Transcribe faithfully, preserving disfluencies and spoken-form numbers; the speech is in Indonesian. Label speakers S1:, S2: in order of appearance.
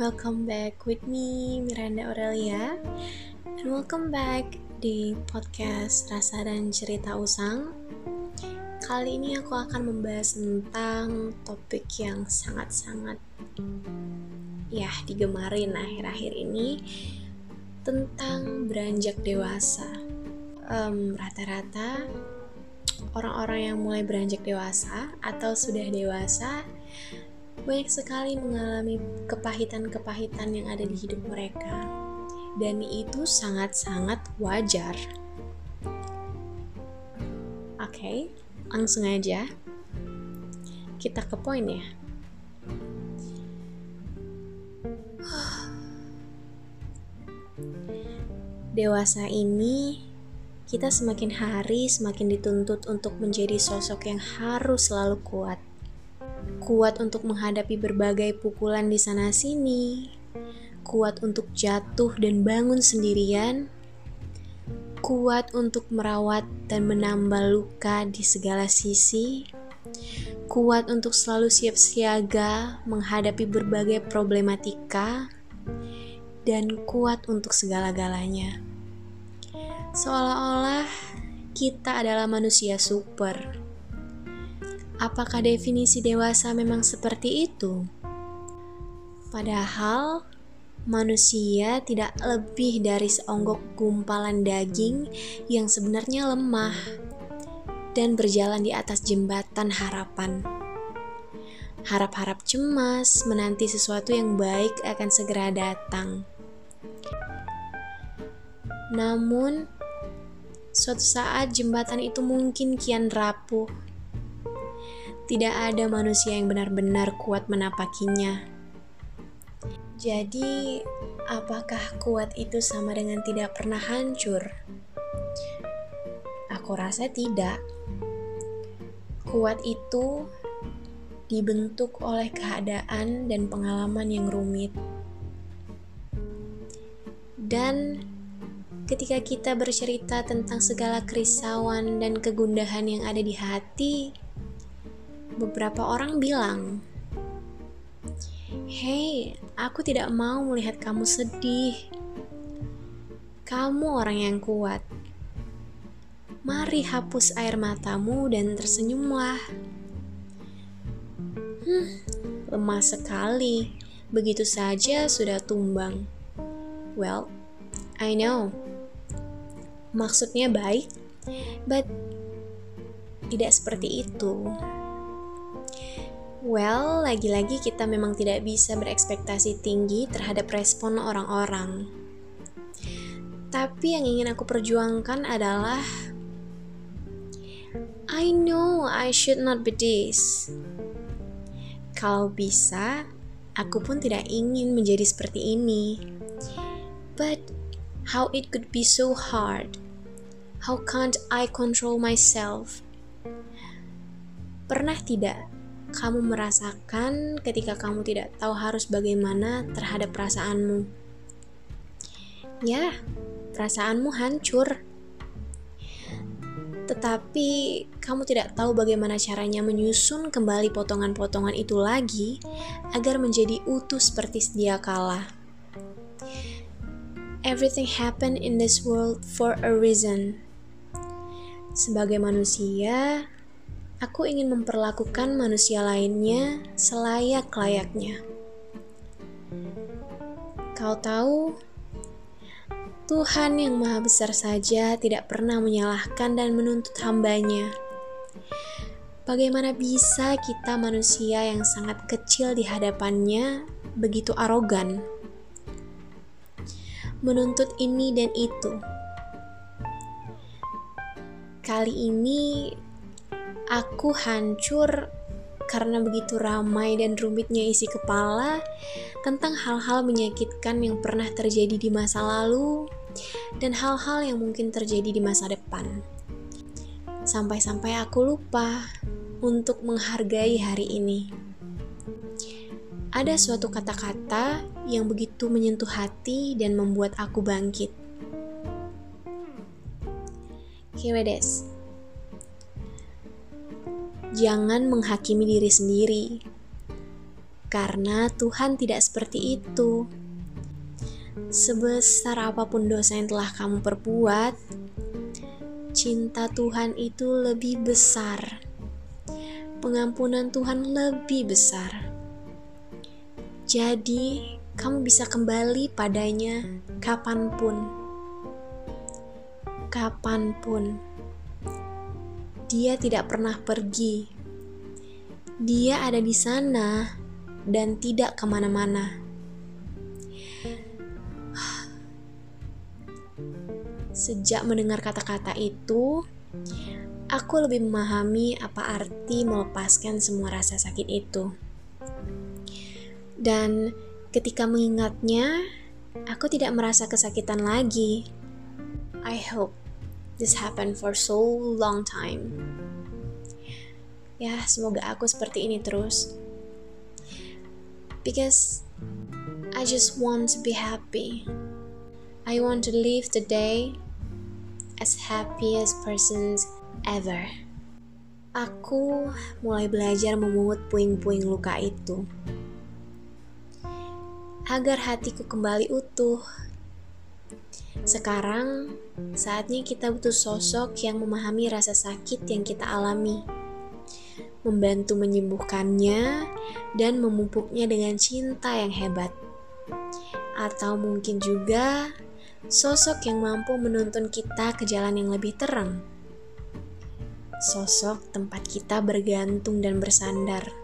S1: welcome back with me Miranda Aurelia, and welcome back di podcast Rasa dan Cerita Usang. Kali ini aku akan membahas tentang topik yang sangat-sangat ya digemarin akhir-akhir ini, tentang beranjak dewasa. um, Rata-rata orang-orang yang mulai beranjak dewasa atau sudah dewasa banyak sekali mengalami kepahitan-kepahitan yang ada di hidup mereka, dan itu sangat-sangat wajar. Oke, langsung aja kita ke poin ya. Dewasa ini, kita semakin hari semakin dituntut untuk menjadi sosok yang harus selalu kuat. Kuat untuk menghadapi berbagai pukulan di sana-sini, kuat untuk jatuh dan bangun sendirian, kuat untuk merawat dan menambal luka di segala sisi, kuat untuk selalu siap siaga menghadapi berbagai problematika, dan kuat untuk segala-galanya. Seolah-olah kita adalah manusia super. Apakah definisi dewasa memang seperti itu? Padahal, manusia tidak lebih dari seonggok gumpalan daging yang sebenarnya lemah dan berjalan di atas jembatan harapan. Harap-harap cemas menanti sesuatu yang baik akan segera datang. Namun, suatu saat jembatan itu mungkin kian rapuh. Tidak ada manusia yang benar-benar kuat menapakinya. Jadi, apakah kuat itu sama dengan tidak pernah hancur? Aku rasa tidak. Kuat itu dibentuk oleh keadaan dan pengalaman yang rumit. Dan ketika kita bercerita tentang segala kerisauan dan kegundahan yang ada di hati, beberapa orang bilang, "Hei, aku tidak mau melihat kamu sedih. Kamu orang yang kuat. Mari hapus air matamu dan tersenyumlah." Hmm, lemah sekali. Begitu saja sudah tumbang. Well, I know. Maksudnya baik, but tidak seperti itu. Well, lagi-lagi kita memang tidak bisa berekspektasi tinggi terhadap respon orang-orang. Tapi yang ingin aku perjuangkan adalah, I know I should not be this. Kalau bisa, aku pun tidak ingin menjadi seperti ini. But how it could be so hard? How can't I control myself? Pernah tidak kamu merasakan ketika kamu tidak tahu harus bagaimana terhadap perasaanmu? Ya, perasaanmu hancur. Tetapi kamu tidak tahu bagaimana caranya menyusun kembali potongan-potongan itu lagi agar menjadi utuh seperti sedia kala. Everything happen in this world for a reason. Sebagai manusia, aku ingin memperlakukan manusia lainnya selayak-layaknya. Kau tahu, Tuhan yang Maha Besar saja tidak pernah menyalahkan dan menuntut hambanya. Bagaimana bisa kita manusia yang sangat kecil di hadapannya begitu arogan? Menuntut ini dan itu. Kali ini aku hancur karena begitu ramai dan rumitnya isi kepala tentang hal-hal menyakitkan yang pernah terjadi di masa lalu dan hal-hal yang mungkin terjadi di masa depan. Sampai-sampai aku lupa untuk menghargai hari ini. Ada suatu kata-kata yang begitu menyentuh hati dan membuat aku bangkit. Here it is. Jangan menghakimi diri sendiri. Karena Tuhan tidak seperti itu. Sebesar apapun dosa yang telah kamu perbuat, cinta Tuhan itu lebih besar. Pengampunan Tuhan lebih besar. Jadi, kamu bisa kembali padanya kapanpun. Kapanpun. Dia tidak pernah pergi. Dia ada di sana dan tidak kemana-mana. Sejak mendengar kata-kata itu, aku lebih memahami apa arti melepaskan semua rasa sakit itu. Dan ketika mengingatnya, aku tidak merasa kesakitan lagi. I hope this happened for so long time. Ya, semoga aku seperti ini terus. Because I just want to be happy. I want to live the day as happiest persons ever. Aku mulai belajar memungut puing-puing luka itu, agar hatiku kembali utuh. Sekarang, saatnya kita butuh sosok yang memahami rasa sakit yang kita alami, membantu menyembuhkannya, dan memupuknya dengan cinta yang hebat. Atau mungkin juga sosok yang mampu menuntun kita ke jalan yang lebih terang. Sosok tempat kita bergantung dan bersandar.